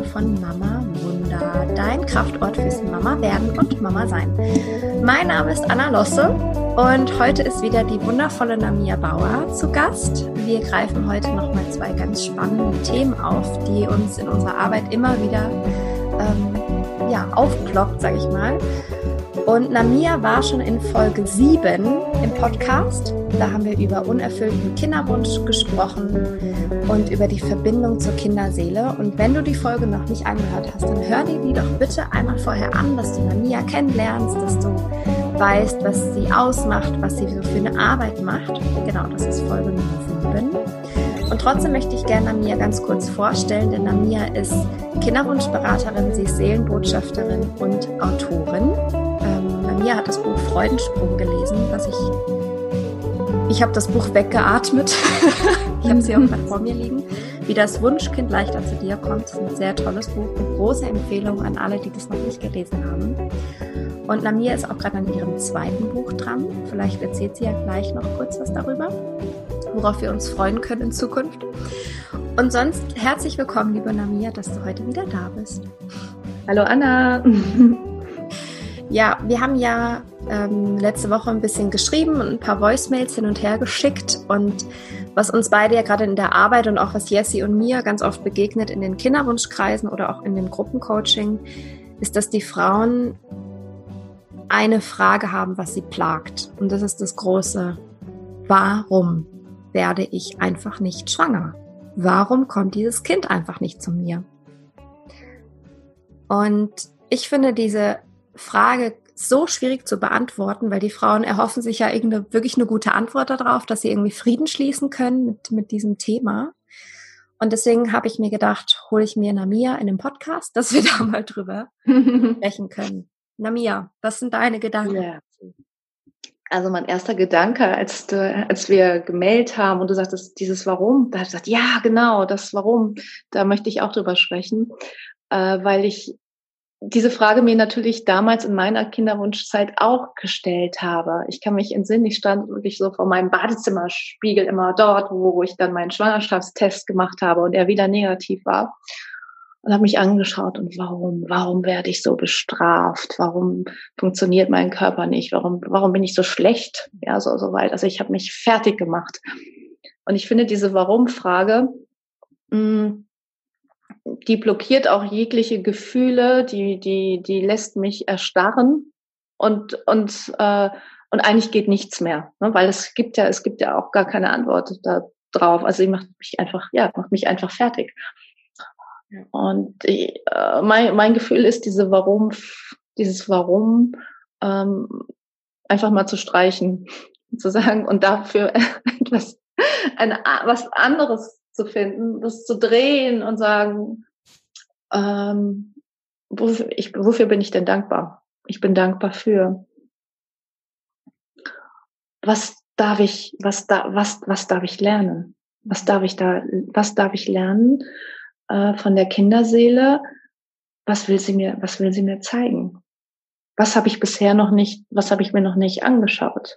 Folge von Mama Wunder, dein Kraftort fürs Mama werden und Mama sein. Mein Name ist Anna Losse und heute ist wieder die wundervolle Namia Bauer zu Gast. Wir greifen heute nochmal zwei ganz spannende Themen auf, die uns in unserer Arbeit immer wieder aufploppt, sage ich mal. Und Namia war schon in Folge 7 im Podcast. Da haben wir über unerfüllten Kinderwunsch gesprochen und über die Verbindung zur Kinderseele. Und wenn du die Folge noch nicht angehört hast, dann hör dir die doch bitte einmal vorher an, dass du Namia kennenlernst, dass du weißt, was sie ausmacht, was sie so für eine Arbeit macht. Genau, das ist Folge Nummer 7. Und trotzdem möchte ich gerne Namia ganz kurz vorstellen, denn Namia ist Kinderwunschberaterin, sie ist Seelenbotschafterin und Autorin. Namia hat das Buch Freudensprung gelesen, ich habe das Buch weggeatmet. Ich habe sie auch mal vor mir liegen. Wie das Wunschkind leichter zu dir kommt. Das ist ein sehr tolles Buch. Eine große Empfehlung an alle, die das noch nicht gelesen haben. Und Namia ist auch gerade an ihrem zweiten Buch dran. Vielleicht erzählt sie ja gleich noch kurz was darüber, worauf wir uns freuen können in Zukunft. Und sonst herzlich willkommen, liebe Namia, dass du heute wieder da bist. Hallo Anna. Ja, wir haben ja letzte Woche ein bisschen geschrieben und ein paar Voicemails hin und her geschickt. Und was uns beide ja gerade in der Arbeit und auch was Jessie und mir ganz oft begegnet in den Kinderwunschkreisen oder auch in dem Gruppencoaching, ist, dass die Frauen eine Frage haben, was sie plagt. Und das ist das große: Warum werde ich einfach nicht schwanger? Warum kommt dieses Kind einfach nicht zu mir? Und ich finde diese Frage so schwierig zu beantworten, weil die Frauen erhoffen sich ja wirklich eine gute Antwort darauf, dass sie irgendwie Frieden schließen können mit diesem Thema. Und deswegen habe ich mir gedacht, hole ich mir Namia in den Podcast, dass wir da mal drüber sprechen können. Namia, was sind deine Gedanken? Ja. Also mein erster Gedanke, als wir gemeldet haben und du sagtest, dieses Warum, da habe ich gesagt, ja genau, das Warum, da möchte ich auch drüber sprechen, weil ich diese Frage mir natürlich damals in meiner Kinderwunschzeit auch gestellt habe. Ich kann mich entsinnen, ich stand wirklich so vor meinem Badezimmerspiegel immer dort, wo ich dann meinen Schwangerschaftstest gemacht habe und er wieder negativ war. Und habe mich angeschaut und warum werde ich so bestraft? Warum funktioniert mein Körper nicht? Warum bin ich so schlecht? Ja, so weit. Also ich habe mich fertig gemacht. Und ich finde diese Warum-Frage, die blockiert auch jegliche Gefühle, die lässt mich erstarren und eigentlich geht nichts mehr, ne? Weil es gibt ja auch gar keine Antwort da drauf. Also sie macht mich einfach fertig. Und mein Gefühl ist, dieses Warum einfach mal zu streichen, zu sagen und dafür was anderes zu finden, das zu drehen und sagen, wofür bin ich denn dankbar? Ich bin dankbar für. Was darf ich lernen? Was darf ich lernen von der Kinderseele? Was will sie mir zeigen? Was habe ich mir noch nicht angeschaut?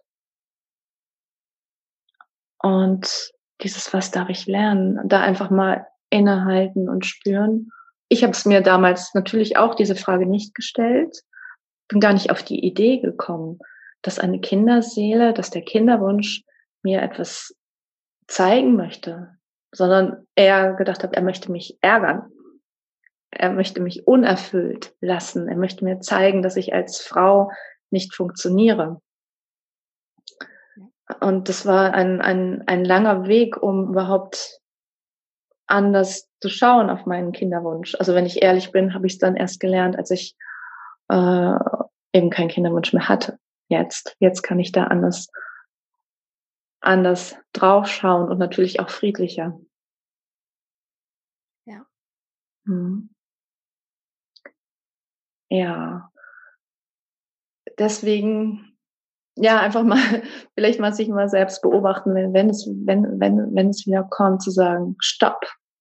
Und dieses, was darf ich lernen? Da einfach mal innehalten und spüren. Ich habe es mir damals natürlich auch diese Frage nicht gestellt. Bin gar nicht auf die Idee gekommen, dass eine Kinderseele, dass der Kinderwunsch mir etwas zeigen möchte, sondern eher gedacht habe, er möchte mich ärgern. Er möchte mich unerfüllt lassen. Er möchte mir zeigen, dass ich als Frau nicht funktioniere. Und das war ein langer Weg, um überhaupt anders zu schauen auf meinen Kinderwunsch. Also wenn ich ehrlich bin, habe ich es dann erst gelernt, als ich eben keinen Kinderwunsch mehr hatte. Jetzt kann ich da anders draufschauen und natürlich auch friedlicher. Ja. Ja. Deswegen ja, einfach mal, vielleicht mal sich mal selbst beobachten, wenn es wieder kommt, zu sagen, stopp.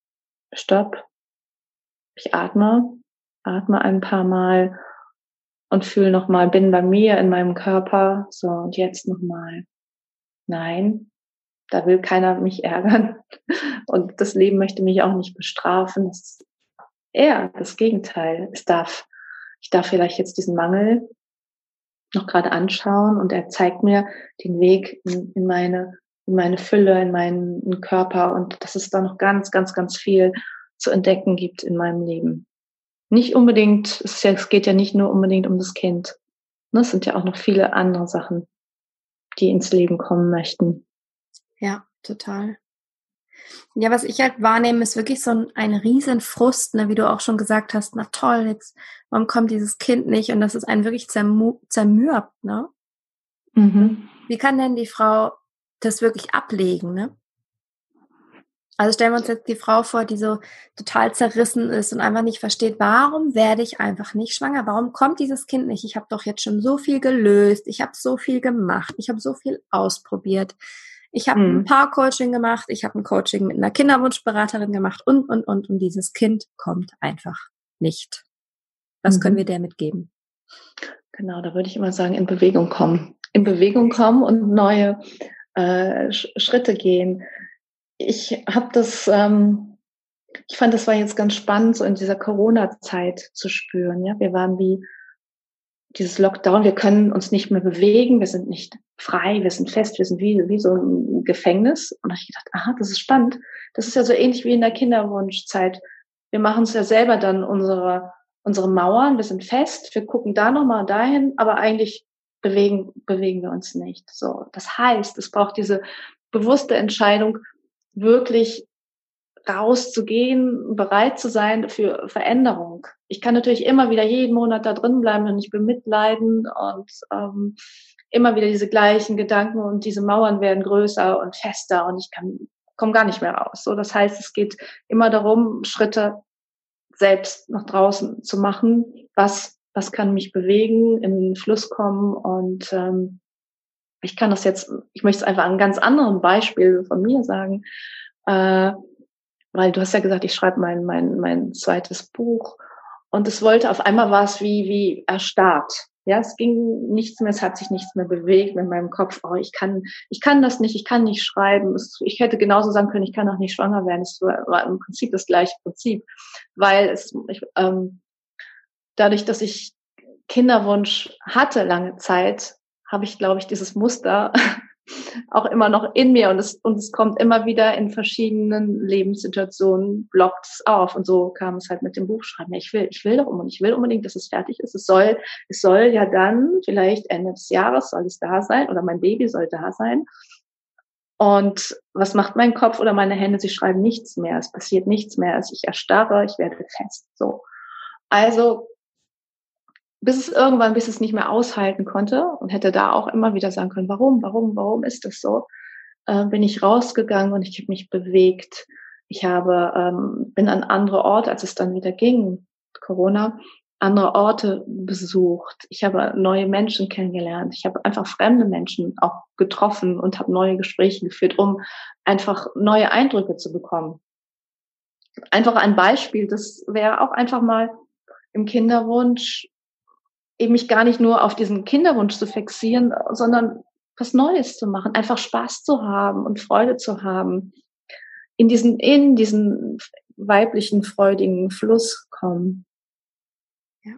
Ich atme ein paar Mal und fühle nochmal, bin bei mir in meinem Körper, so, und jetzt nochmal. Nein, da will keiner mich ärgern und das Leben möchte mich auch nicht bestrafen. eher das Gegenteil. Ich darf vielleicht jetzt diesen Mangel noch gerade anschauen und er zeigt mir den Weg in meine Fülle, in meinen Körper und dass es da noch ganz, ganz, ganz viel zu entdecken gibt in meinem Leben. Nicht unbedingt, es geht ja nicht nur unbedingt um das Kind. Ne, es sind ja auch noch viele andere Sachen, die ins Leben kommen möchten. Ja, total. Ja, was ich halt wahrnehme, ist wirklich so ein riesen Frust, ne, wie du auch schon gesagt hast, na toll, jetzt, warum kommt dieses Kind nicht? Und das ist einen wirklich zermürbt, ne? Mhm. Wie kann denn die Frau das wirklich ablegen, ne? Also stellen wir uns jetzt die Frau vor, die so total zerrissen ist und einfach nicht versteht, warum werde ich einfach nicht schwanger? Warum kommt dieses Kind nicht? Ich habe doch jetzt schon so viel gelöst, ich habe so viel gemacht, ich habe so viel ausprobiert. Ich habe ein Paar-Coaching gemacht, ich habe ein Coaching mit einer Kinderwunschberaterin gemacht und dieses Kind kommt einfach nicht. Was können wir der mitgeben? Genau, da würde ich immer sagen, in Bewegung kommen. In Bewegung kommen und neue Schritte gehen. Ich fand, das war jetzt ganz spannend, so in dieser Corona-Zeit zu spüren. Ja, wir waren wie dieses Lockdown, wir können uns nicht mehr bewegen, wir sind nicht frei, wir sind fest, wir sind wie so ein Gefängnis. Und da habe ich gedacht, aha, das ist spannend. Das ist ja so ähnlich wie in der Kinderwunschzeit. Wir machen es ja selber dann unsere Mauern, wir sind fest, wir gucken da nochmal dahin, aber eigentlich bewegen wir uns nicht. So, das heißt, es braucht diese bewusste Entscheidung, wirklich rauszugehen, bereit zu sein für Veränderung. Ich kann natürlich immer wieder jeden Monat da drin bleiben und nicht bemitleiden und immer wieder diese gleichen Gedanken und diese Mauern werden größer und fester und ich komme gar nicht mehr raus. So, das heißt, es geht immer darum, Schritte selbst nach draußen zu machen. Was kann mich bewegen, in den Fluss kommen und ich möchte es einfach an einem ganz anderen Beispiel von mir sagen. Weil du hast ja gesagt, ich schreibe mein zweites Buch und auf einmal war es wie erstarrt. Ja, es ging nichts mehr, es hat sich nichts mehr bewegt in meinem Kopf. Oh, ich kann das nicht, ich kann nicht schreiben. Ich hätte genauso sagen können, ich kann auch nicht schwanger werden. Es war im Prinzip das gleiche Prinzip, weil dadurch, dass ich Kinderwunsch hatte lange Zeit, habe ich, glaube ich, dieses Muster auch immer noch in mir und es kommt immer wieder in verschiedenen Lebenssituationen, blockt es auf. Und so kam es halt mit dem Buchschreiben. Ich will unbedingt, dass es fertig ist. Es soll ja dann vielleicht Ende des Jahres soll es da sein oder mein Baby soll da sein. Und was macht mein Kopf oder meine Hände? Sie schreiben nichts mehr. Es passiert nichts mehr. Ich erstarre, ich werde fest. So. Also, bis es nicht mehr aushalten konnte und hätte da auch immer wieder sagen können, warum ist das so? Bin ich rausgegangen und ich habe mich bewegt. Ich bin an andere Orte, als es dann wieder ging, Corona, andere Orte besucht. Ich habe neue Menschen kennengelernt. Ich habe einfach fremde Menschen auch getroffen und habe neue Gespräche geführt, um einfach neue Eindrücke zu bekommen. Einfach ein Beispiel, das wäre auch einfach mal im Kinderwunsch eben mich gar nicht nur auf diesen Kinderwunsch zu fixieren, sondern was Neues zu machen, einfach Spaß zu haben und Freude zu haben, in diesen weiblichen, freudigen Fluss kommen. Ja.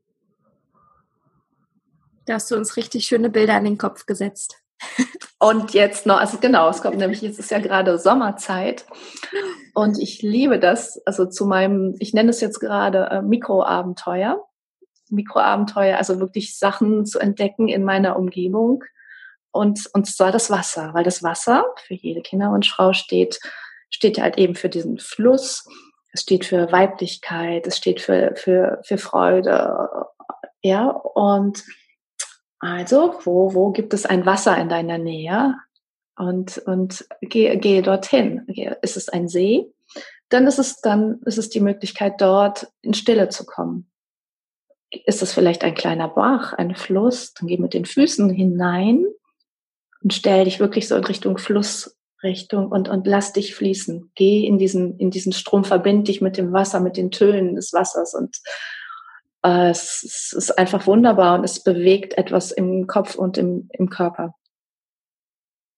Da hast du uns richtig schöne Bilder in den Kopf gesetzt. Und jetzt noch, also genau, es kommt nämlich, jetzt ist ja gerade Sommerzeit und ich liebe das, also ich nenne es jetzt gerade Mikroabenteuer, also wirklich Sachen zu entdecken in meiner Umgebung und zwar das Wasser, weil das Wasser für jede Kinderwunschfrau steht halt eben für diesen Fluss, es steht für Weiblichkeit, es steht für Freude, ja, und also, wo gibt es ein Wasser in deiner Nähe? Und gehe dorthin. Ist es ein See? Dann ist es die Möglichkeit, dort in Stille zu kommen. Ist es vielleicht ein kleiner Bach, ein Fluss? Dann geh mit den Füßen hinein und stell dich wirklich so in Richtung Flussrichtung und lass dich fließen. Geh in diesen Strom, verbind dich mit dem Wasser, mit den Tönen des Wassers und es ist einfach wunderbar und es bewegt etwas im Kopf und im Körper.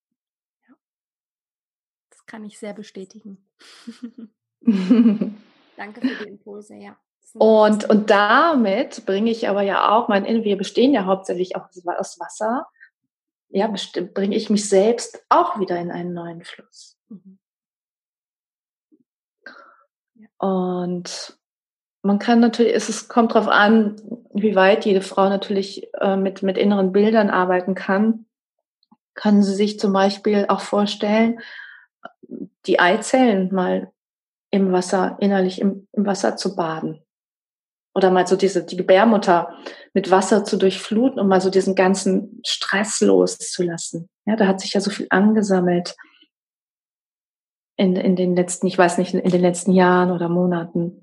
Das kann ich sehr bestätigen. Danke für die Impulse, ja. Und damit bringe ich aber ja auch wir bestehen ja hauptsächlich auch aus Wasser, ja, bringe ich mich selbst auch wieder in einen neuen Fluss. Mhm. Ja. Und man kann natürlich, es kommt darauf an, wie weit jede Frau natürlich mit inneren Bildern arbeiten kann. Kann sie sich zum Beispiel auch vorstellen, die Eizellen mal im Wasser, innerlich im Wasser zu baden. Oder mal so die Gebärmutter mit Wasser zu durchfluten, um mal so diesen ganzen Stress loszulassen. Ja, da hat sich ja so viel angesammelt in den letzten, ich weiß nicht, in den letzten Jahren oder Monaten.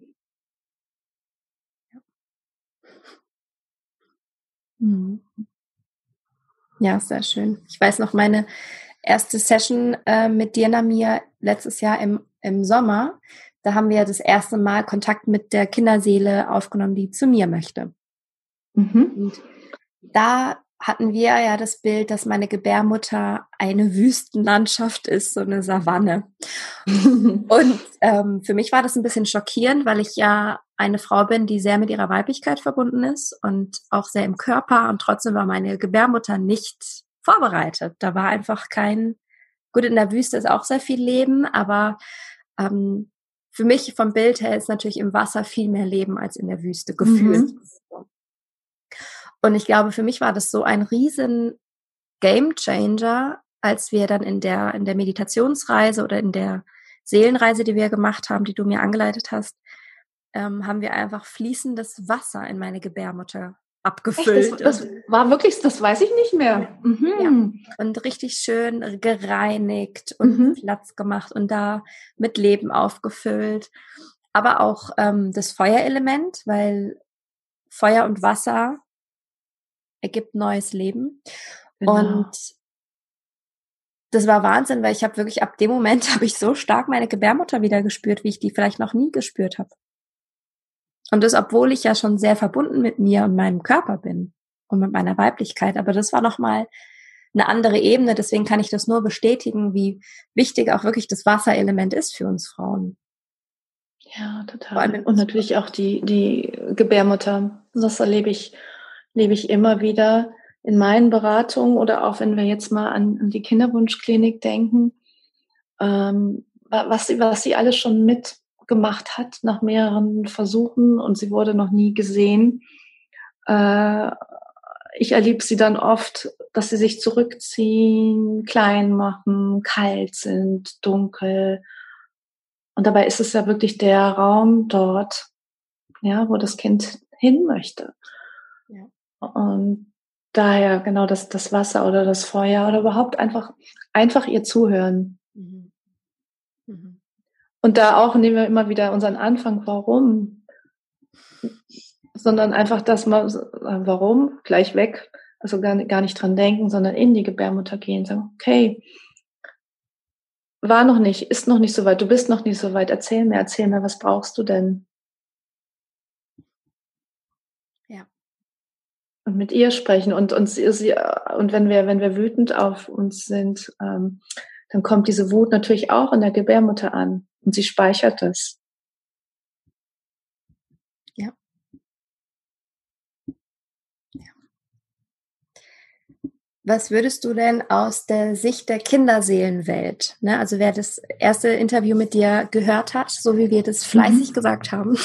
Ja, sehr schön. Ich weiß noch, meine erste Session mit dir, Namir, letztes Jahr im Sommer, da haben wir das erste Mal Kontakt mit der Kinderseele aufgenommen, die zu mir möchte. Mhm. Und da hatten wir ja das Bild, dass meine Gebärmutter eine Wüstenlandschaft ist, so eine Savanne. Und für mich war das ein bisschen schockierend, weil ich ja eine Frau bin, die sehr mit ihrer Weiblichkeit verbunden ist und auch sehr im Körper. Und trotzdem war meine Gebärmutter nicht vorbereitet. Da war einfach gut, in der Wüste ist auch sehr viel Leben, aber für mich vom Bild her ist natürlich im Wasser viel mehr Leben als in der Wüste gefühlt. Und ich glaube, für mich war das so ein riesen Gamechanger, als wir dann in der Meditationsreise oder in der Seelenreise, die wir gemacht haben, die du mir angeleitet hast, haben wir einfach fließendes Wasser in meine Gebärmutter abgefüllt. Echt? Das war wirklich, das weiß ich nicht mehr. Mhm. Ja. Und richtig schön gereinigt und Platz gemacht und da mit Leben aufgefüllt. Aber auch das Feuerelement, weil Feuer und Wasser ergibt neues Leben. Genau. Und das war Wahnsinn, weil ich habe wirklich ab dem Moment habe ich so stark meine Gebärmutter wieder gespürt, wie ich die vielleicht noch nie gespürt habe. Und das, obwohl ich ja schon sehr verbunden mit mir und meinem Körper bin und mit meiner Weiblichkeit. Aber das war nochmal eine andere Ebene. Deswegen kann ich das nur bestätigen, wie wichtig auch wirklich das Wasserelement ist für uns Frauen. Ja, total. Und natürlich auch die Gebärmutter. Das erlebe ich immer wieder in meinen Beratungen oder auch wenn wir jetzt mal an die Kinderwunschklinik denken, was sie alles schon mitgemacht hat nach mehreren Versuchen und sie wurde noch nie gesehen. Ich erlebe sie dann oft, dass sie sich zurückziehen, klein machen, kalt sind, dunkel. Und dabei ist es ja wirklich der Raum dort, ja, wo das Kind hin möchte. Ja. Und daher genau das Wasser oder das Feuer oder überhaupt einfach ihr zuhören. Mhm. Mhm. Und da auch nehmen wir immer wieder unseren Anfang, warum? Sondern einfach das mal, warum, gleich weg, also gar nicht dran denken, sondern in die Gebärmutter gehen, sagen, okay, war noch nicht, ist noch nicht so weit, du bist noch nicht so weit, erzähl mir, was brauchst du denn? Ja. Und mit ihr sprechen und wenn wir wütend auf uns sind, dann kommt diese Wut natürlich auch in der Gebärmutter an und sie speichert es. Ja. Was würdest du denn aus der Sicht der Kinderseelenwelt, ne, also wer das erste Interview mit dir gehört hat, so wie wir das fleißig gesagt haben,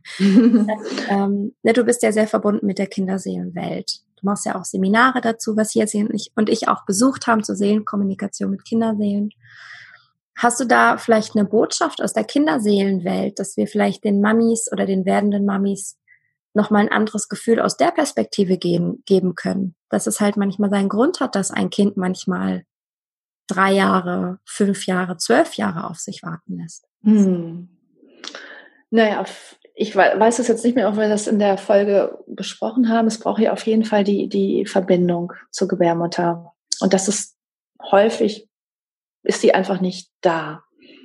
ne, du bist ja sehr verbunden mit der Kinderseelenwelt. Du machst ja auch Seminare dazu, was hier und ich auch besucht haben zur Seelenkommunikation mit Kinderseelen. Hast du da vielleicht eine Botschaft aus der Kinderseelenwelt, dass wir vielleicht den Mamis oder den werdenden Mamis nochmal ein anderes Gefühl aus der Perspektive geben können? Dass es halt manchmal seinen Grund hat, dass ein Kind manchmal 3 Jahre, 5 Jahre, 12 Jahre auf sich warten lässt. Naja, ich weiß es jetzt nicht mehr, ob wir das in der Folge besprochen haben. Es braucht ja auf jeden Fall die Verbindung zur Gebärmutter. Und das ist häufig, ist die einfach nicht da.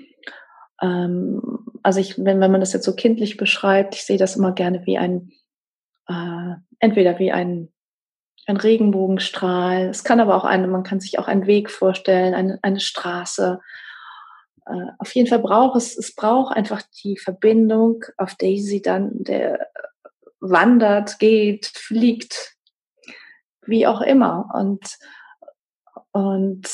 Also wenn man das jetzt so kindlich beschreibt, ich sehe das immer gerne wie entweder wie ein Regenbogenstrahl. Es kann aber auch man kann sich auch einen Weg vorstellen, eine Straße. auf jeden Fall braucht es braucht einfach die Verbindung, auf der sie dann wandert, geht, fliegt, wie auch immer. Und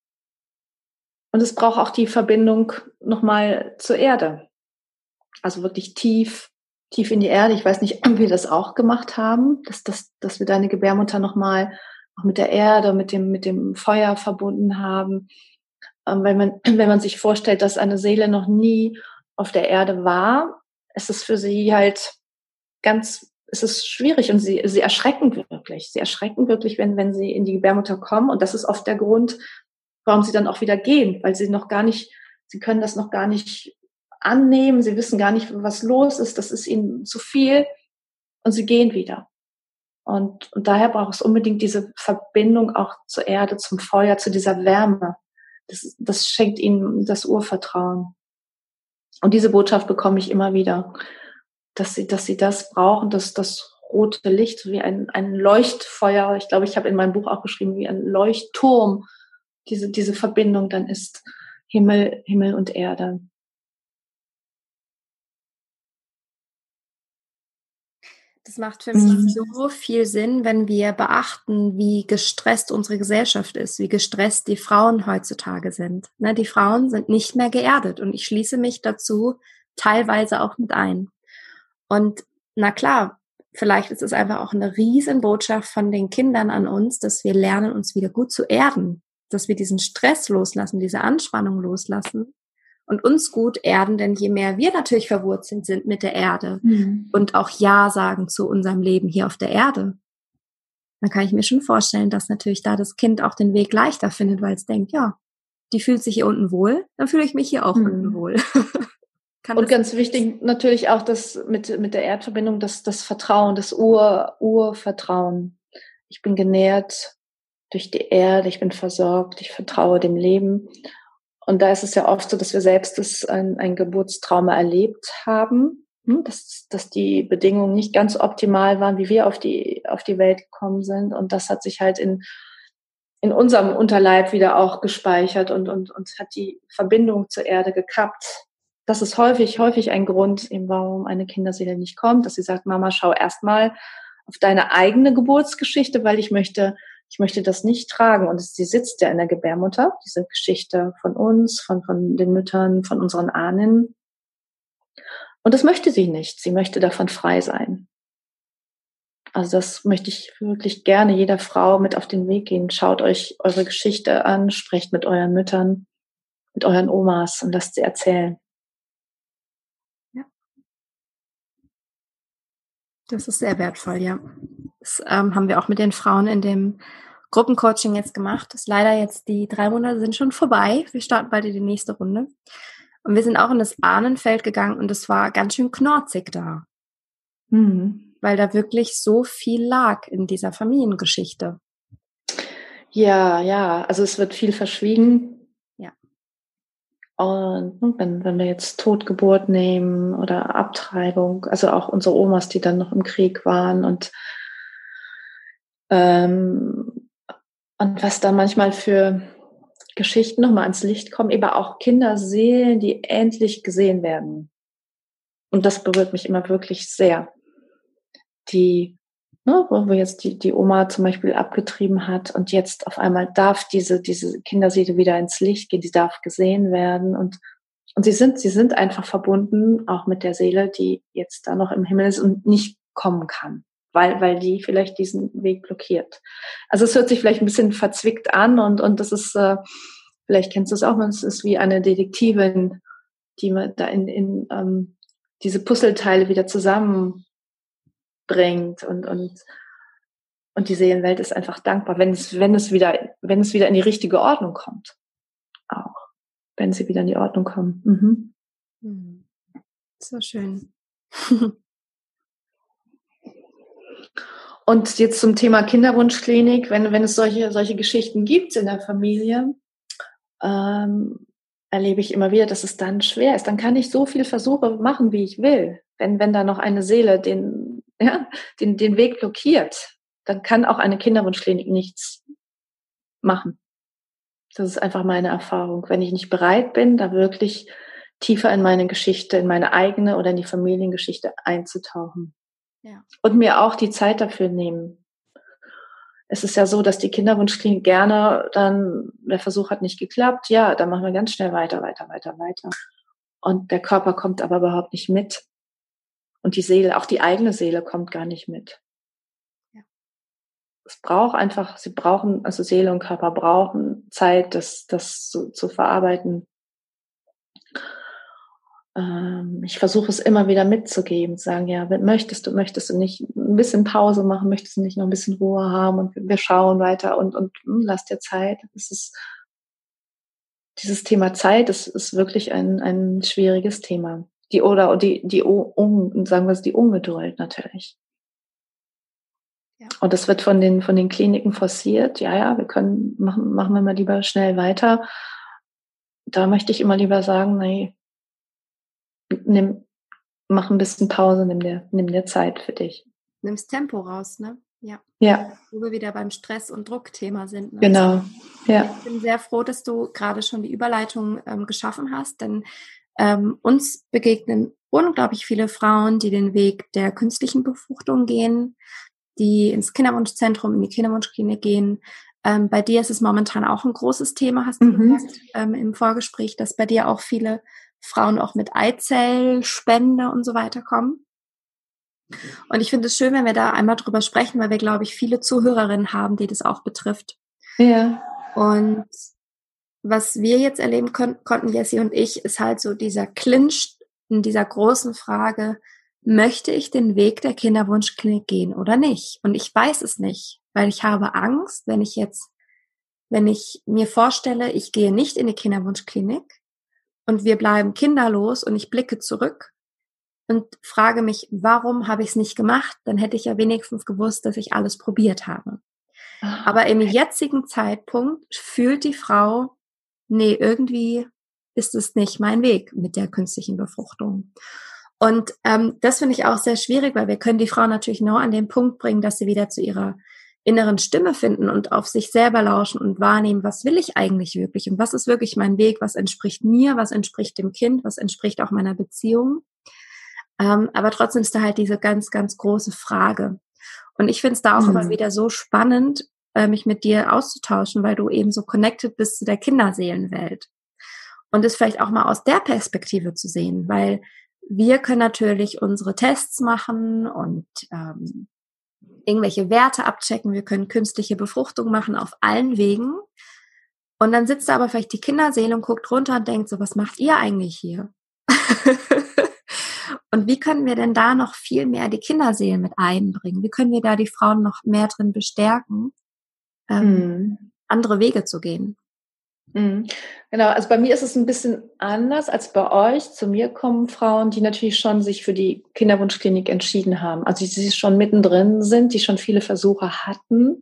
es braucht auch die Verbindung nochmal zur Erde. Also wirklich tief in die Erde. Ich weiß nicht, ob wir das auch gemacht haben, dass wir deine Gebärmutter nochmal auch mit der Erde, mit dem Feuer verbunden haben. Wenn man sich vorstellt, dass eine Seele noch nie auf der Erde war, ist es für sie halt es ist schwierig und sie erschrecken wirklich. Sie erschrecken wirklich, wenn sie in die Gebärmutter kommen. Und das ist oft der Grund, warum sie dann auch wieder gehen, weil sie können das noch gar nicht annehmen. Sie wissen gar nicht, was los ist. Das ist ihnen zu viel und sie gehen wieder. Und daher braucht es unbedingt diese Verbindung auch zur Erde, zum Feuer, zu dieser Wärme. Das schenkt ihnen das Urvertrauen. Und diese Botschaft bekomme ich immer wieder, dass sie das brauchen, dass das rote Licht, wie ein Leuchtfeuer, ich glaube, ich habe in meinem Buch auch geschrieben, wie ein Leuchtturm, diese Verbindung dann ist Himmel und Erde. Das macht für mich so viel Sinn, wenn wir beachten, wie gestresst unsere Gesellschaft ist, wie gestresst die Frauen heutzutage sind. Ne, die Frauen sind nicht mehr geerdet und ich schließe mich dazu teilweise auch mit ein. Und na klar, vielleicht ist es einfach auch eine Riesenbotschaft von den Kindern an uns, dass wir lernen, uns wieder gut zu erden, dass wir diesen Stress loslassen, diese Anspannung loslassen und uns gut erden, denn je mehr wir natürlich verwurzelt sind mit der Erde und auch Ja sagen zu unserem Leben hier auf der Erde, dann kann ich mir schon vorstellen, dass natürlich da das Kind auch den Weg leichter findet, weil es denkt, ja, die fühlt sich hier unten wohl, dann fühle ich mich hier auch unten wohl. Und ganz wichtig natürlich auch das mit der Erdverbindung, das Vertrauen, das Urvertrauen. Ich bin genährt durch die Erde, ich bin versorgt, ich vertraue dem Leben. Und da ist es ja oft so, dass wir selbst ein Geburtstrauma erlebt haben, dass die Bedingungen nicht ganz optimal waren, wie wir auf die Welt gekommen sind. Und das hat sich halt in unserem Unterleib wieder auch gespeichert und hat die Verbindung zur Erde gekappt. Das ist häufig ein Grund, eben warum eine Kinderseele nicht kommt, dass sie sagt, Mama, schau erst mal auf deine eigene Geburtsgeschichte, weil ich möchte das nicht tragen. Und sie sitzt ja in der Gebärmutter, diese Geschichte von uns, von den Müttern, von unseren Ahnen. Und das möchte sie nicht. Sie möchte davon frei sein. Also das möchte ich wirklich gerne jeder Frau mit auf den Weg gehen. Schaut euch eure Geschichte an, sprecht mit euren Müttern, mit euren Omas und lasst sie erzählen. Ja. Das ist sehr wertvoll, ja. Das haben wir auch mit den Frauen in dem Gruppencoaching jetzt gemacht. Das ist leider jetzt, die 3 Monate sind schon vorbei. Wir starten bald in die nächste Runde. Und wir sind auch in das Ahnenfeld gegangen und es war ganz schön knorzig da. Weil da wirklich so viel lag in dieser Familiengeschichte. Ja, also es wird viel verschwiegen. Ja. Und wenn wir jetzt Totgeburt nehmen oder Abtreibung, also auch unsere Omas, die dann noch im Krieg waren und was da manchmal für Geschichten nochmal ans Licht kommen, eben auch Kinderseelen, die endlich gesehen werden. Und das berührt mich immer wirklich sehr. Wo jetzt die Oma zum Beispiel abgetrieben hat und jetzt auf einmal darf diese Kinderseele wieder ins Licht gehen, die darf gesehen werden und sie sind einfach verbunden, auch mit der Seele, die jetzt da noch im Himmel ist und nicht kommen kann, weil die vielleicht diesen Weg blockiert. Also es hört sich vielleicht ein bisschen verzwickt an und das ist, vielleicht kennst du es auch, es ist wie eine Detektivin, die man da in diese Puzzleteile wieder zusammenbringt und die Seelenwelt ist einfach dankbar, wenn es wieder in die richtige Ordnung kommt. Auch wenn sie wieder in die Ordnung kommen. So schön. Und jetzt zum Thema Kinderwunschklinik, wenn es solche Geschichten gibt in der Familie, erlebe ich immer wieder, dass es dann schwer ist. Dann kann ich so viel Versuche machen, wie ich will. Wenn da noch eine Seele den Weg blockiert, dann kann auch eine Kinderwunschklinik nichts machen. Das ist einfach meine Erfahrung. Wenn ich nicht bereit bin, da wirklich tiefer in meine Geschichte, in meine eigene oder in die Familiengeschichte einzutauchen. Ja. Und mir auch die Zeit dafür nehmen. Es ist ja so, dass die Kinderwunschklinik gerne dann, der Versuch hat nicht geklappt, ja, dann machen wir ganz schnell weiter. Und der Körper kommt aber überhaupt nicht mit. Und die Seele, auch die eigene Seele kommt gar nicht mit. Ja. Es braucht einfach, also Seele und Körper brauchen Zeit, das zu verarbeiten. Ich versuche es immer wieder mitzugeben, zu sagen, ja, möchtest du nicht ein bisschen Pause machen, möchtest du nicht noch ein bisschen Ruhe haben und wir schauen weiter und lass dir Zeit. Dieses Thema Zeit ist wirklich ein schwieriges Thema. Die Ungeduld natürlich. Ja. Und das wird von den Kliniken forciert. Ja, machen wir mal lieber schnell weiter. Da möchte ich immer lieber sagen, nee, mach ein bisschen Pause, nimm dir Zeit für dich. Nimmst Tempo raus, ne? Ja. Ja. Wo wir wieder beim Stress- und Druckthema sind. Ne? Genau. Ja. Ich bin sehr froh, dass du gerade schon die Überleitung geschaffen hast, denn uns begegnen unglaublich viele Frauen, die den Weg der künstlichen Befruchtung gehen, die ins Kinderwunschzentrum, in die Kinderwunschklinik gehen. Bei dir ist es momentan auch ein großes Thema, hast du gesagt, im Vorgespräch, dass bei dir auch viele Frauen auch mit Eizellspende und so weiter kommen. Und ich finde es schön, wenn wir da einmal drüber sprechen, weil wir, glaube ich, viele Zuhörerinnen haben, die das auch betrifft. Ja. Und was wir jetzt erleben konnten, Jessie und ich, ist halt so dieser Clinch in dieser großen Frage, möchte ich den Weg der Kinderwunschklinik gehen oder nicht? Und ich weiß es nicht, weil ich habe Angst, wenn ich mir vorstelle, ich gehe nicht in die Kinderwunschklinik und wir bleiben kinderlos und ich blicke zurück und frage mich, warum habe ich es nicht gemacht? Dann hätte ich ja wenigstens gewusst, dass ich alles probiert habe. Aber im jetzigen Zeitpunkt fühlt die Frau, nee, irgendwie ist es nicht mein Weg mit der künstlichen Befruchtung. Und das finde ich auch sehr schwierig, weil wir können die Frau natürlich nur an den Punkt bringen, dass sie wieder zu ihrer inneren Stimme finden und auf sich selber lauschen und wahrnehmen, was will ich eigentlich wirklich und was ist wirklich mein Weg, was entspricht mir, was entspricht dem Kind, was entspricht auch meiner Beziehung. Aber trotzdem ist da halt diese ganz, ganz große Frage. Und ich finde es da auch immer wieder so spannend, mich mit dir auszutauschen, weil du eben so connected bist zu der Kinderseelenwelt. Und es vielleicht auch mal aus der Perspektive zu sehen, weil wir können natürlich unsere Tests machen und irgendwelche Werte abchecken. Wir können künstliche Befruchtung machen auf allen Wegen. Und dann sitzt da aber vielleicht die Kinderseele und guckt runter und denkt so, was macht ihr eigentlich hier? Und wie können wir denn da noch viel mehr die Kinderseelen mit einbringen? Wie können wir da die Frauen noch mehr drin bestärken, andere Wege zu gehen? Genau, also bei mir ist es ein bisschen anders als bei euch. Zu mir kommen Frauen, die natürlich schon sich für die Kinderwunschklinik entschieden haben. Also die schon mittendrin sind, die schon viele Versuche hatten.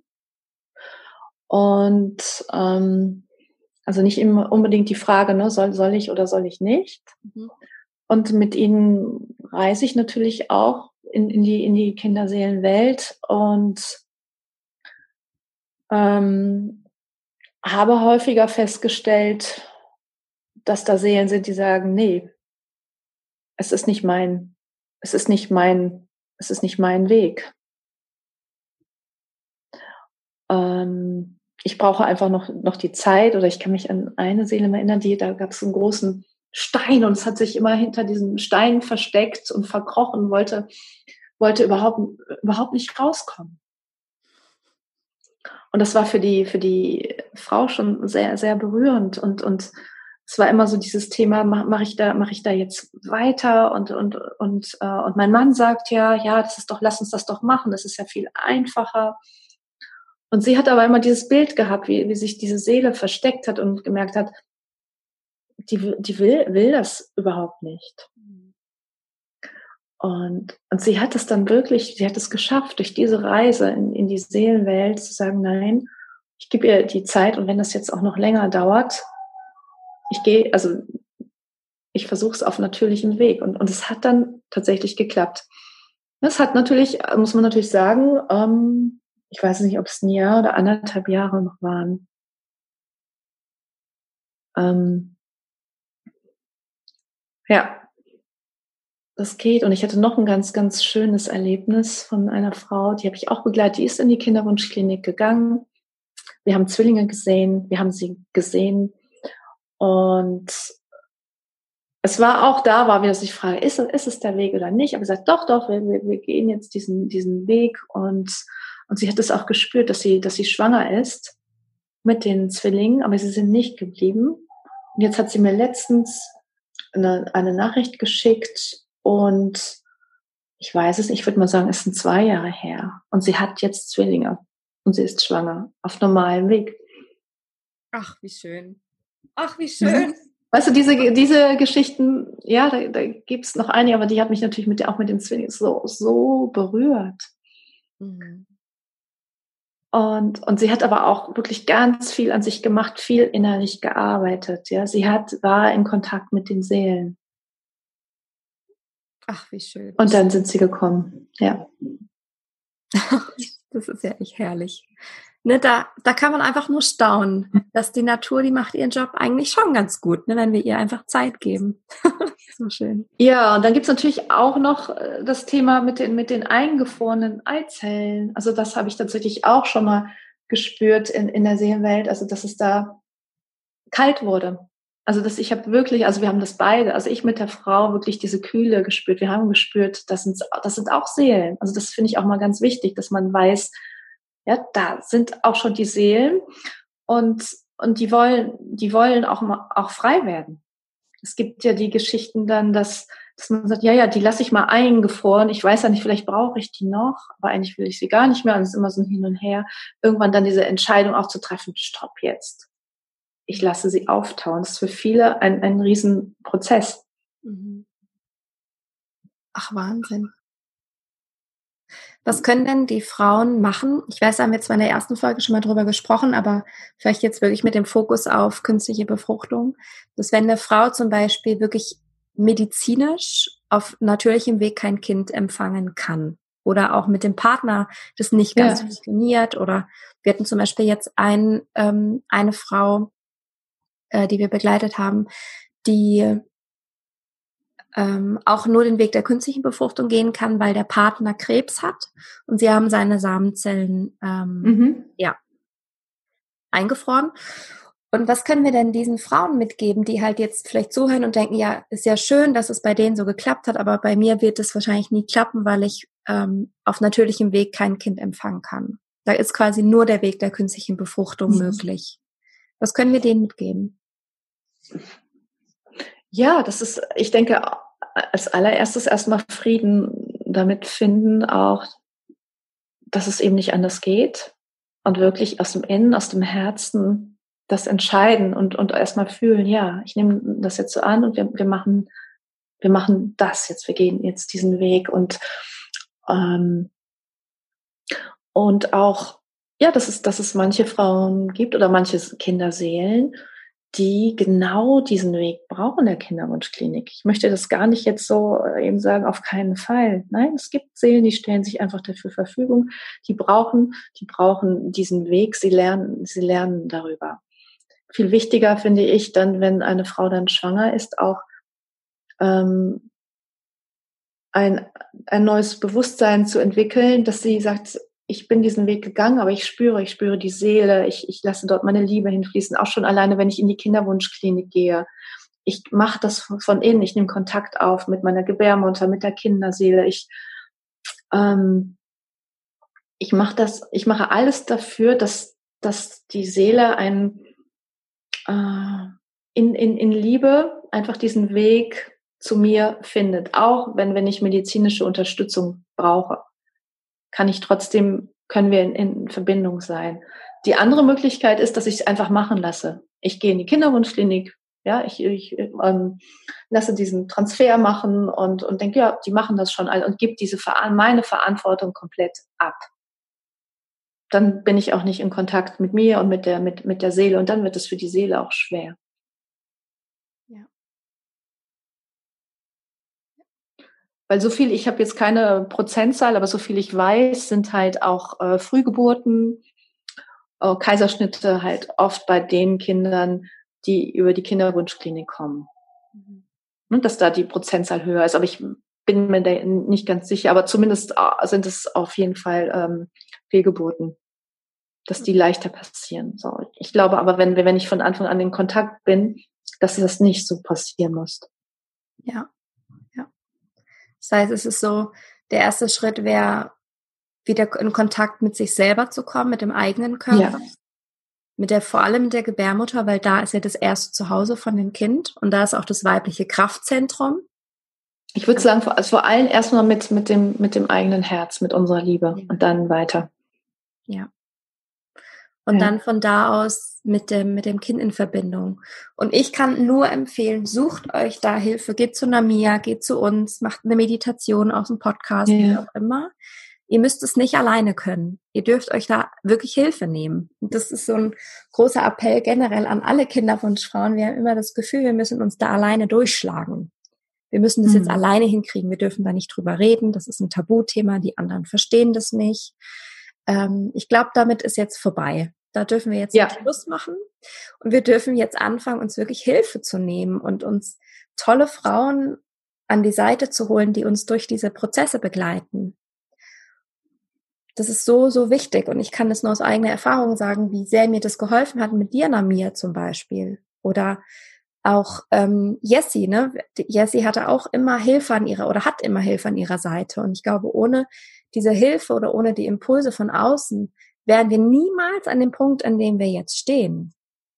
Und also nicht immer unbedingt die Frage, ne, soll ich oder soll ich nicht? Und mit ihnen reise ich natürlich auch in die Kinderseelenwelt und habe häufiger festgestellt, dass da Seelen sind, die sagen, nee, es ist nicht mein Weg. Ich brauche einfach noch die Zeit, oder ich kann mich an eine Seele erinnern, da gab es einen großen Stein und es hat sich immer hinter diesem Stein versteckt und verkrochen, wollte überhaupt nicht rauskommen. Und das war für die Frau schon sehr, sehr berührend und es war immer so dieses Thema, mache ich da jetzt weiter und mein Mann sagt ja, lass uns das doch machen, das ist ja viel einfacher. Und sie hat aber immer dieses Bild gehabt, wie sich diese Seele versteckt hat und gemerkt hat, die will das überhaupt nicht. Und sie hat es dann wirklich, sie hat es geschafft, durch diese Reise in die Seelenwelt zu sagen, nein, ich gebe ihr die Zeit und wenn das jetzt auch noch länger dauert, ich versuche es auf natürlichem Weg. Und es hat dann tatsächlich geklappt. Das hat natürlich, muss man natürlich sagen, ich weiß nicht, ob es ein Jahr oder 1,5 Jahre noch waren. Ja, das geht. Und ich hatte noch ein ganz, ganz schönes Erlebnis von einer Frau, die habe ich auch begleitet, die ist in die Kinderwunschklinik gegangen. Wir haben Zwillinge gesehen, wir haben sie gesehen. Und es war auch da, war wieder so die Frage, ist es der Weg oder nicht? Aber sie sagt, doch, wir gehen jetzt diesen Weg. Und sie hat es auch gespürt, dass sie schwanger ist mit den Zwillingen, aber sie sind nicht geblieben. Und jetzt hat sie mir letztens eine Nachricht geschickt und ich weiß es nicht, ich würde mal sagen, es sind 2 Jahre her. Und sie hat jetzt Zwillinge und sie ist schwanger, auf normalem Weg. Ach, wie schön. Ach, wie schön. Weißt du, diese Geschichten, ja, da gibt es noch einige, aber die hat mich natürlich auch mit den Zwillingen so berührt. Mhm. Und sie hat aber auch wirklich ganz viel an sich gemacht, viel innerlich gearbeitet. Ja, sie war in Kontakt mit den Seelen. Ach, wie schön. Und dann sind sie gekommen. Ja. Das ist ja echt herrlich. Ne, da kann man einfach nur staunen, dass die Natur, die macht ihren Job eigentlich schon ganz gut, ne, wenn wir ihr einfach Zeit geben. So schön. Ja, und dann gibt's natürlich auch noch das Thema mit den eingefrorenen Eizellen. Also das habe ich tatsächlich auch schon mal gespürt in der Seelenwelt, also dass es da kalt wurde. Also wir haben das beide, also ich mit der Frau wirklich diese Kühle gespürt. Wir haben gespürt, das sind auch Seelen. Also das finde ich auch mal ganz wichtig, dass man weiß, ja, da sind auch schon die Seelen und die wollen auch frei werden. Es gibt ja die Geschichten dann, dass man sagt, ja, die lasse ich mal eingefroren. Ich weiß ja nicht, vielleicht brauche ich die noch, aber eigentlich will ich sie gar nicht mehr. Und es ist immer so ein Hin und Her. Irgendwann dann diese Entscheidung auch zu treffen, stopp jetzt. Ich lasse sie auftauen. Das ist für viele ein Riesenprozess. Mhm. Ach, Wahnsinn. Was können denn die Frauen machen? Ich weiß, da haben wir zwar in der ersten Folge schon mal drüber gesprochen, aber vielleicht jetzt wirklich mit dem Fokus auf künstliche Befruchtung, dass wenn eine Frau zum Beispiel wirklich medizinisch auf natürlichem Weg kein Kind empfangen kann oder auch mit dem Partner das nicht ganz funktioniert, oder wir hatten zum Beispiel jetzt eine Frau, die wir begleitet haben, die auch nur den Weg der künstlichen Befruchtung gehen kann, weil der Partner Krebs hat und sie haben seine Samenzellen eingefroren. Und was können wir denn diesen Frauen mitgeben, die halt jetzt vielleicht zuhören und denken, ja, ist ja schön, dass es bei denen so geklappt hat, aber bei mir wird es wahrscheinlich nie klappen, weil ich auf natürlichem Weg kein Kind empfangen kann. Da ist quasi nur der Weg der künstlichen Befruchtung möglich. Was können wir denen mitgeben? Ja, ich denke, als allererstes erstmal Frieden damit finden, auch, dass es eben nicht anders geht und wirklich aus dem Innen, aus dem Herzen das entscheiden und erstmal fühlen, ja, ich nehme das jetzt so an und wir machen das jetzt, wir gehen jetzt diesen Weg und auch, ja, dass es manche Frauen gibt oder manche Kinderseelen, die genau diesen Weg brauchen der Kinderwunschklinik. Ich möchte das gar nicht jetzt so eben sagen, auf keinen Fall. Nein, es gibt Seelen, die stellen sich einfach dafür zur Verfügung. Die brauchen diesen Weg. Sie lernen darüber. Viel wichtiger finde ich dann, wenn eine Frau dann schwanger ist, auch ein neues Bewusstsein zu entwickeln, dass sie sagt, ich bin diesen Weg gegangen, aber ich spüre die Seele, ich lasse dort meine Liebe hinfließen, auch schon alleine, wenn ich in die Kinderwunschklinik gehe. Ich mache das von innen, ich nehme Kontakt auf mit meiner Gebärmutter, mit der Kinderseele. Ich mache alles dafür, dass die Seele in Liebe einfach diesen Weg zu mir findet. Auch wenn ich medizinische Unterstützung brauche, können wir in Verbindung sein. Die andere Möglichkeit ist, dass ich es einfach machen lasse. Ich gehe in die Kinderwunschklinik, ja, ich lasse diesen Transfer machen und denke, ja, die machen das schon und gebe meine Verantwortung komplett ab. Dann bin ich auch nicht in Kontakt mit mir und mit der Seele und dann wird es für die Seele auch schwer. Weil ich habe jetzt keine Prozentzahl, aber so viel ich weiß, sind halt auch Frühgeburten, Kaiserschnitte halt oft bei den Kindern, die über die Kinderwunschklinik kommen. Und dass da die Prozentzahl höher ist. Aber ich bin mir da nicht ganz sicher. Aber zumindest sind es auf jeden Fall Fehlgeburten, dass die leichter passieren. So, ich glaube aber, wenn ich von Anfang an in Kontakt bin, dass das nicht so passieren muss. Ja. Das heißt, es ist so, der erste Schritt wäre, wieder in Kontakt mit sich selber zu kommen, mit dem eigenen Körper. Ja. Vor allem mit der Gebärmutter, weil da ist ja das erste Zuhause von dem Kind und da ist auch das weibliche Kraftzentrum. Ich würde sagen, vor allem erstmal mit dem eigenen Herz, mit unserer Liebe und dann weiter. Ja. Und dann von da aus mit dem Kind in Verbindung. Und ich kann nur empfehlen, sucht euch da Hilfe, geht zu Namia, geht zu uns, macht eine Meditation aus dem Podcast, wie auch immer. Ihr müsst es nicht alleine können. Ihr dürft euch da wirklich Hilfe nehmen. Und das ist so ein großer Appell generell an alle Kinderwunschfrauen. Wir haben immer das Gefühl, wir müssen uns da alleine durchschlagen. Wir müssen das jetzt alleine hinkriegen. Wir dürfen da nicht drüber reden. Das ist ein Tabuthema. Die anderen verstehen das nicht. Ich glaube, damit ist jetzt vorbei. Da dürfen wir jetzt Schluss machen. Und wir dürfen jetzt anfangen, uns wirklich Hilfe zu nehmen und uns tolle Frauen an die Seite zu holen, die uns durch diese Prozesse begleiten. Das ist so, so wichtig. Und ich kann das nur aus eigener Erfahrung sagen, wie sehr mir das geholfen hat mit dir, Namir zum Beispiel. Oder auch Jessie, ne? Jessie hatte auch immer Hilfe hat immer Hilfe an ihrer Seite. Und ich glaube, ohne diese Hilfe oder ohne die Impulse von außen wären wir niemals an dem Punkt, an dem wir jetzt stehen.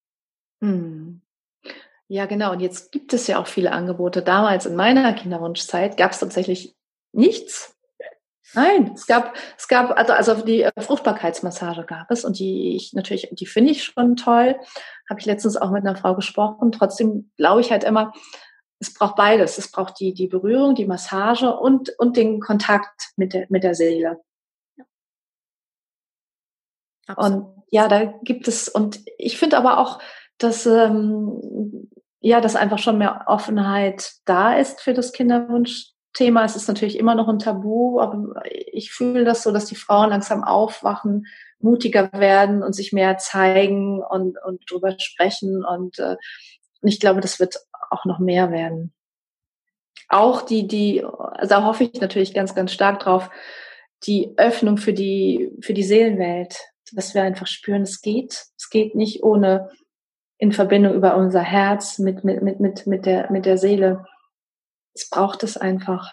Ja, genau. Und jetzt gibt es ja auch viele Angebote. Damals in meiner Kinderwunschzeit gab es tatsächlich nichts. Nein, es gab also die Fruchtbarkeitsmassage gab es und die finde ich schon toll. Habe ich letztens auch mit einer Frau gesprochen. Trotzdem glaube ich halt immer, es braucht beides. Es braucht die Berührung, die Massage und den Kontakt mit der Seele. Ja. Und ja, da gibt es, und ich finde aber auch, dass dass einfach schon mehr Offenheit da ist für das Kinderwunschthema. Es ist natürlich immer noch ein Tabu, aber ich fühle das so, dass die Frauen langsam aufwachen, mutiger werden und sich mehr zeigen und drüber sprechen. Und ich glaube, das wird auch noch mehr werden. Auch also da hoffe ich natürlich ganz, ganz stark drauf, die Öffnung für die Seelenwelt, dass wir einfach spüren, es geht nicht ohne in Verbindung über unser Herz mit der Seele. Es braucht es einfach.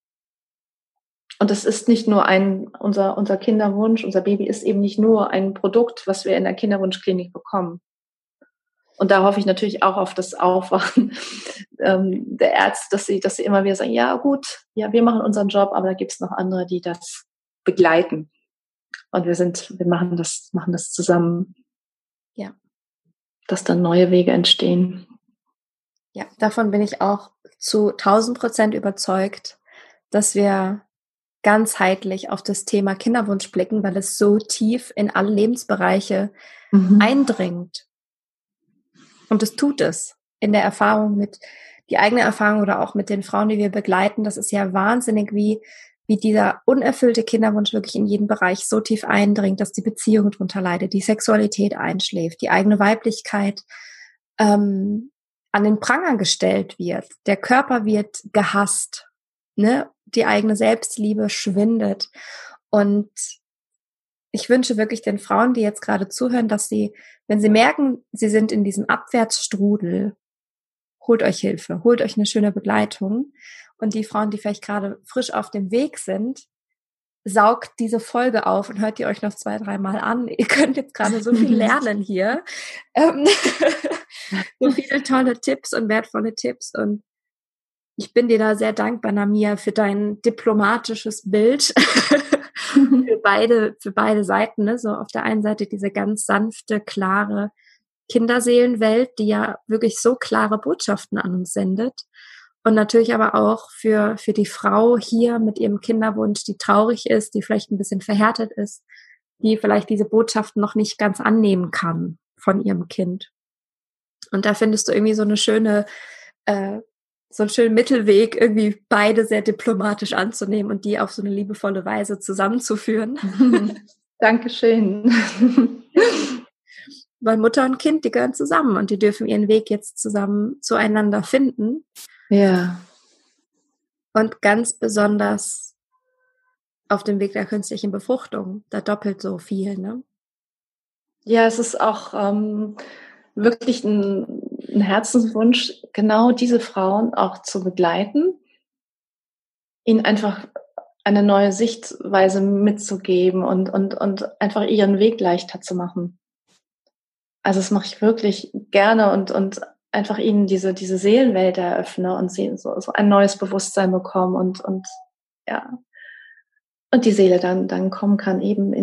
Und es ist nicht nur unser Kinderwunsch, unser Baby ist eben nicht nur ein Produkt, was wir in der Kinderwunschklinik bekommen. Und da hoffe ich natürlich auch auf das Aufwachen der Ärzte, dass sie immer wieder sagen, ja gut, ja, wir machen unseren Job, aber da gibt es noch andere, die das begleiten. Und wir machen das zusammen. Ja. Dass dann neue Wege entstehen. Ja, davon bin ich auch zu 1000% überzeugt, dass wir ganzheitlich auf das Thema Kinderwunsch blicken, weil es so tief in alle Lebensbereiche eindringt. Und es tut es in der Erfahrung die eigene Erfahrung oder auch mit den Frauen, die wir begleiten. Das ist ja wahnsinnig, wie dieser unerfüllte Kinderwunsch wirklich in jeden Bereich so tief eindringt, dass die Beziehung drunter leidet, die Sexualität einschläft, die eigene Weiblichkeit an den Pranger gestellt wird. Der Körper wird gehasst, ne? Die eigene Selbstliebe schwindet. Und ich wünsche wirklich den Frauen, die jetzt gerade zuhören, dass sie, wenn sie merken, sie sind in diesem Abwärtsstrudel, holt euch Hilfe, holt euch eine schöne Begleitung. Und die Frauen, die vielleicht gerade frisch auf dem Weg sind, saugt diese Folge auf und hört die euch noch 2-3 Mal an. Ihr könnt jetzt gerade so viel lernen hier. So viele tolle Tipps und wertvolle Tipps. Und ich bin dir da sehr dankbar, Namia, für dein diplomatisches Bild. für beide Seiten. Ne? So auf der einen Seite diese ganz sanfte, klare Kinderseelenwelt, die ja wirklich so klare Botschaften an uns sendet. Und natürlich aber auch für die Frau hier mit ihrem Kinderwunsch, die traurig ist, die vielleicht ein bisschen verhärtet ist, die vielleicht diese Botschaften noch nicht ganz annehmen kann von ihrem Kind. Und da findest du irgendwie so einen schönen Mittelweg, irgendwie beide sehr diplomatisch anzunehmen und die auf so eine liebevolle Weise zusammenzuführen. Dankeschön. weil Mutter und Kind, die gehören zusammen und die dürfen ihren Weg jetzt zusammen zueinander finden. Ja. Und ganz besonders auf dem Weg der künstlichen Befruchtung, da doppelt so viel, ne? Ja, es ist auch wirklich ein Herzenswunsch, genau diese Frauen auch zu begleiten, ihnen einfach eine neue Sichtweise mitzugeben und einfach ihren Weg leichter zu machen. Also das mache ich wirklich gerne und einfach ihnen diese Seelenwelt eröffne und sie so ein neues Bewusstsein bekommen und ja, und die Seele dann kommen kann eben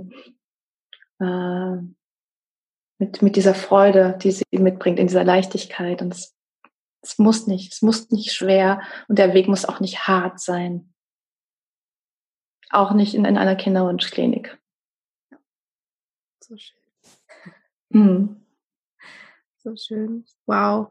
äh, mit dieser Freude, die sie mitbringt, in dieser Leichtigkeit. Und es muss nicht schwer und der Weg muss auch nicht hart sein. Auch nicht in einer Kinderwunschklinik. So schön. Mhm. So schön. Wow.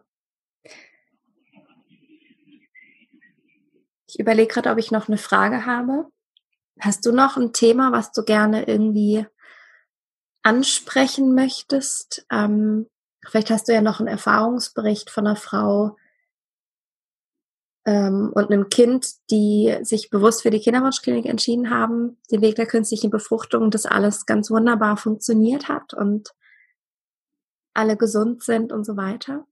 Ich überlege gerade, ob ich noch eine Frage habe. Hast du noch ein Thema, was du gerne irgendwie ansprechen möchtest? Vielleicht hast du ja noch einen Erfahrungsbericht von einer Frau und einem Kind, die sich bewusst für die Kinderwunschklinik entschieden haben, den Weg der künstlichen Befruchtung, das alles ganz wunderbar funktioniert hat und alle gesund sind und so weiter.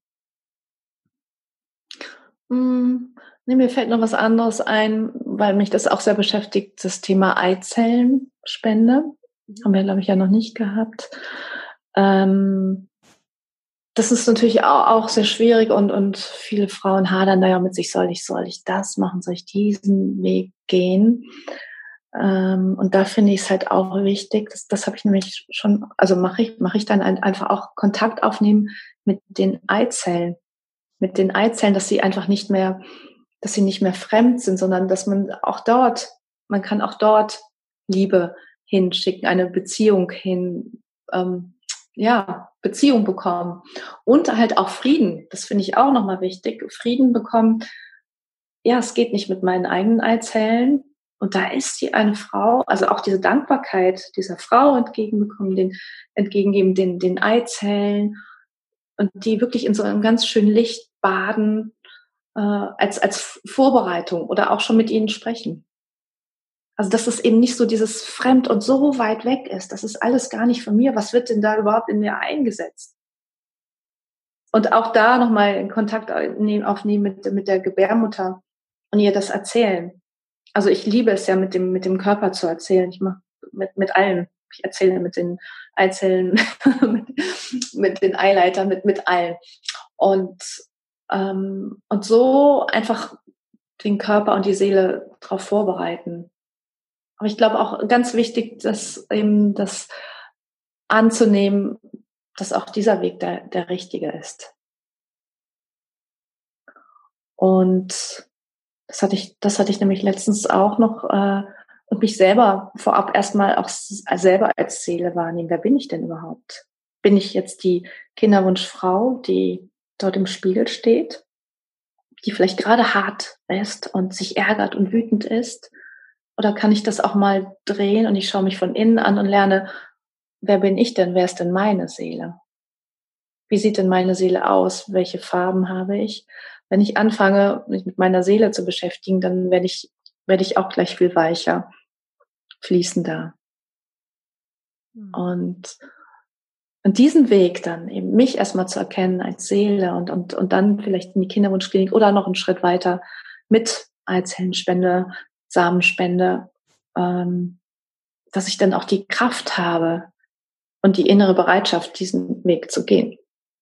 Nee, mir fällt noch was anderes ein, weil mich das auch sehr beschäftigt, das Thema Eizellenspende. Haben wir, glaube ich, ja noch nicht gehabt. Das ist natürlich auch sehr schwierig und viele Frauen hadern da ja mit sich, soll ich das machen, soll ich diesen Weg gehen? Und da finde ich es halt auch wichtig, das habe ich nämlich schon, also mache ich dann einfach auch Kontakt aufnehmen mit den Eizellen, dass sie einfach nicht mehr, dass sie nicht mehr fremd sind, sondern dass man kann auch dort Liebe hinschicken, eine Beziehung Beziehung bekommen und halt auch Frieden. Das finde ich auch nochmal wichtig. Frieden bekommen. Ja, es geht nicht mit meinen eigenen Eizellen. Und da ist die eine Frau, also auch diese Dankbarkeit dieser Frau entgegengeben den Eizellen und die wirklich in so einem ganz schönen Licht baden, als Vorbereitung oder auch schon mit ihnen sprechen. Also dass es eben nicht so dieses Fremd und so weit weg ist. Das ist alles gar nicht von mir. Was wird denn da überhaupt in mir eingesetzt? Und auch da nochmal in Kontakt aufnehmen mit der Gebärmutter und ihr das erzählen. Also ich liebe es ja, mit dem Körper zu erzählen. Ich mache mit allen. Ich erzähle mit den Eizellen, mit den Eileitern, mit allen. Und so einfach den Körper und die Seele darauf vorbereiten. Aber ich glaube auch ganz wichtig, dass eben das anzunehmen, dass auch dieser Weg der richtige ist. Und das hatte ich nämlich letztens auch noch und mich selber vorab erstmal auch selber als Seele wahrnehmen. Wer bin ich denn überhaupt? Bin ich jetzt die Kinderwunschfrau, die dort im Spiegel steht, die vielleicht gerade hart ist und sich ärgert und wütend ist? Oder kann ich das auch mal drehen und ich schaue mich von innen an und lerne, wer bin ich denn? Wer ist denn meine Seele? Wie sieht denn meine Seele aus? Welche Farben habe ich? Wenn ich anfange, mich mit meiner Seele zu beschäftigen, dann werde ich auch gleich viel weicher, fließender. Und diesen Weg dann eben mich erstmal zu erkennen als Seele und dann vielleicht in die Kinderwunschklinik oder noch einen Schritt weiter mit Eizellenspende, Samenspende, dass ich dann auch die Kraft habe und die innere Bereitschaft, diesen Weg zu gehen.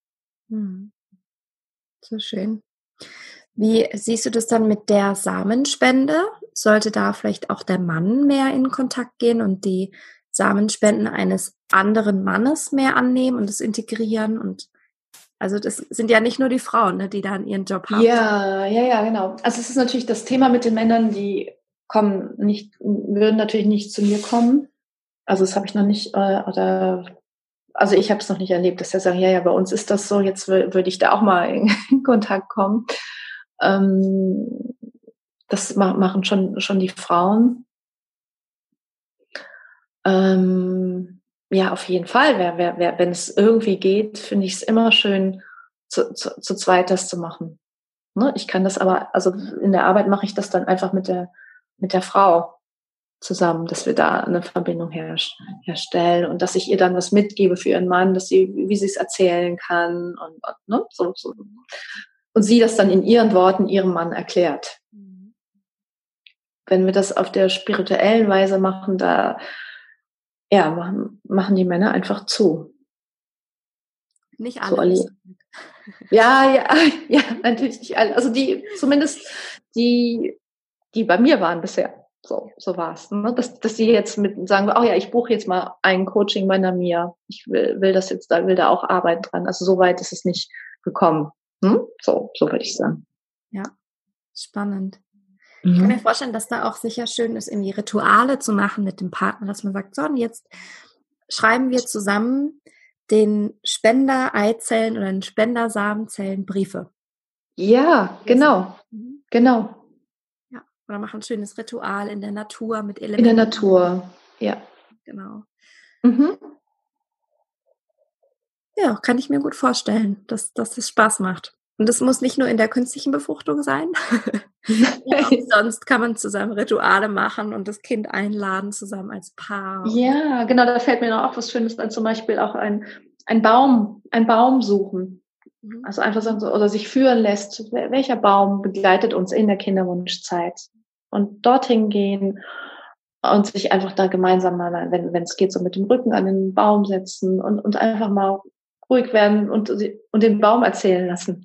So schön. Wie siehst du das dann mit der Samenspende? Sollte da vielleicht auch der Mann mehr in Kontakt gehen und die Samenspenden eines anderen Mannes mehr annehmen und das integrieren? Und also das sind ja nicht nur die Frauen, ne, die dann ihren Job haben. Ja, genau. Also es ist natürlich das Thema mit den Männern, die würden natürlich nicht zu mir kommen. Also das habe ich noch nicht, also ich habe es noch nicht erlebt, dass sie sagen, ja, bei uns ist das so, jetzt würde ich da auch mal in Kontakt kommen. Das machen schon die Frauen. Ja, auf jeden Fall. Wenn es irgendwie geht, finde ich es immer schön, zu zweit das zu machen. Ne? Ich kann das aber, also in der Arbeit mache ich das dann einfach mit der Frau zusammen, dass wir da eine Verbindung herstellen und dass ich ihr dann was mitgebe für ihren Mann, wie sie es erzählen kann und ne? So. Und sie das dann in ihren Worten ihrem Mann erklärt. Wenn wir das auf der spirituellen Weise machen, machen die Männer einfach zu. Nicht alle. So ja, natürlich nicht alle. Also zumindest die bei mir waren bisher. So war es. Ne? Dass sie jetzt sagen, oh ja, ich buche jetzt mal ein Coaching bei Namia. Ich will das jetzt, will da auch arbeiten dran. Also so weit ist es nicht gekommen. So würde ich sagen. Ja, spannend. Ich kann mir vorstellen, dass da auch sicher schön ist, irgendwie Rituale zu machen mit dem Partner, dass man sagt, so, und jetzt schreiben wir zusammen den Spender-Eizellen oder den Spender-Samenzellen Briefe. Ja, genau. Genau. Ja, oder machen ein schönes Ritual in der Natur mit Elementen. In der Natur, ja. Genau. Ja, kann ich mir gut vorstellen, dass das Spaß macht. Und das muss nicht nur in der künstlichen Befruchtung sein. Ja, sonst kann man zusammen Rituale machen und das Kind einladen zusammen als Paar. Ja, genau, da fällt mir noch auch was Schönes an, zum Beispiel auch ein Baum suchen. Also einfach sagen so, oder sich führen lässt, welcher Baum begleitet uns in der Kinderwunschzeit. Und dorthin gehen und sich einfach da gemeinsam mal, wenn es geht, so mit dem Rücken an den Baum setzen und einfach mal ruhig werden und den Baum erzählen lassen.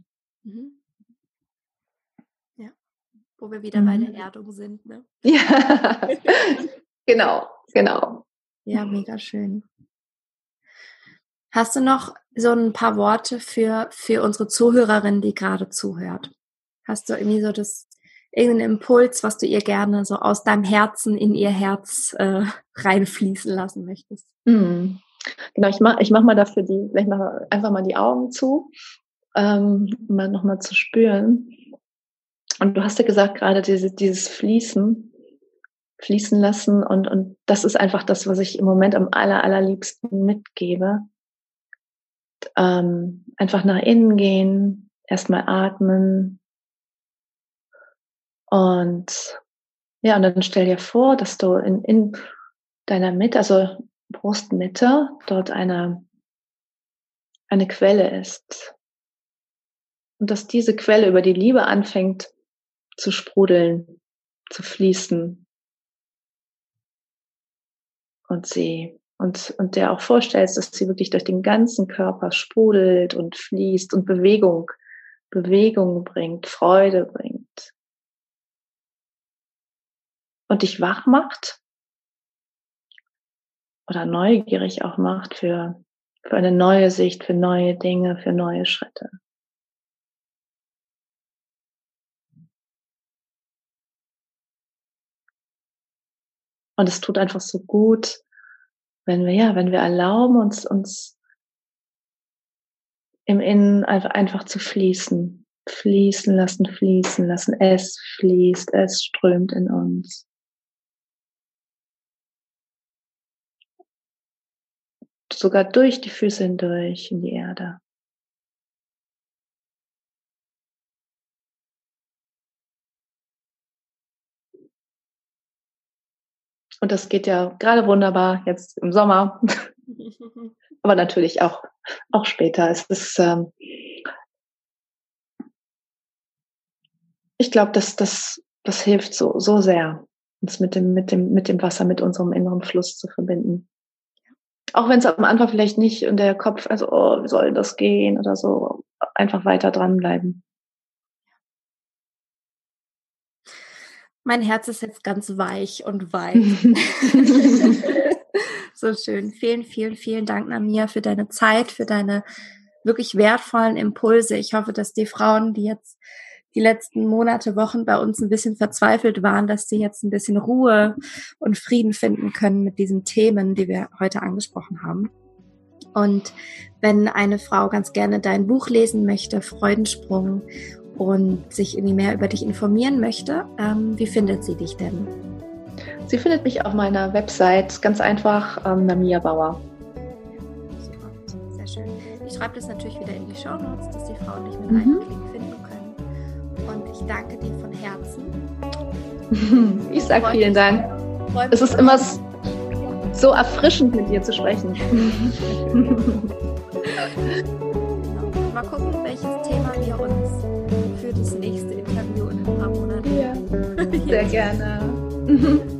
Ja, wo wir wieder bei der Erdung sind, ne? Ja, genau. Ja, mega schön. Hast du noch so ein paar Worte für unsere Zuhörerin, die gerade zuhört? Hast du irgendwie so irgendeinen Impuls, was du ihr gerne so aus deinem Herzen in ihr Herz reinfließen lassen möchtest? Genau, ich mach mal dafür vielleicht einfach mal die Augen zu, um mal nochmal zu spüren. Und du hast ja gesagt, gerade dieses Fließen lassen und das ist einfach das, was ich im Moment am allerliebsten mitgebe. Einfach nach innen gehen, erstmal atmen und dann stell dir vor, dass du in deiner Mitte, also Brustmitte, dort eine Quelle ist und dass diese Quelle über die Liebe anfängt zu sprudeln, zu fließen und der auch vorstellst, dass sie wirklich durch den ganzen Körper sprudelt und fließt und Bewegung bringt, Freude bringt und dich wach macht oder neugierig auch macht für eine neue Sicht, für neue Dinge, für neue Schritte. Und es tut einfach so gut, wenn wir erlauben, uns im Innen einfach zu fließen lassen. Es fließt, es strömt in uns. Sogar durch die Füße hindurch in die Erde. Und das geht ja gerade wunderbar jetzt im Sommer, aber natürlich auch später. Es ist, ich glaube, das hilft so sehr, uns mit dem Wasser, mit unserem inneren Fluss zu verbinden. Auch wenn es am Anfang vielleicht nicht in der Kopf, also wie soll das gehen oder so, einfach weiter dranbleiben. Mein Herz ist jetzt ganz weich und weit. So schön. Vielen, vielen, vielen Dank, Namia, für deine Zeit, für deine wirklich wertvollen Impulse. Ich hoffe, dass die Frauen, die jetzt die letzten Monate, Wochen bei uns ein bisschen verzweifelt waren, dass sie jetzt ein bisschen Ruhe und Frieden finden können mit diesen Themen, die wir heute angesprochen haben. Und wenn eine Frau ganz gerne dein Buch lesen möchte, Freudensprung, und sich irgendwie mehr über dich informieren möchte, wie findet sie dich denn? Sie findet mich auf meiner Website, ganz einfach, Namia Bauer. schön. Ich schreibe das natürlich wieder in die Shownotes, dass die Frauen dich mit einem Klick finden können. Und ich danke dir von Herzen. Ich sage vielen Dank. Es ist immer so erfrischend, mit dir zu sprechen. Genau. Mal gucken, welches Thema wir uns für das nächste Interview in ein paar Monaten. Ja, sehr gerne.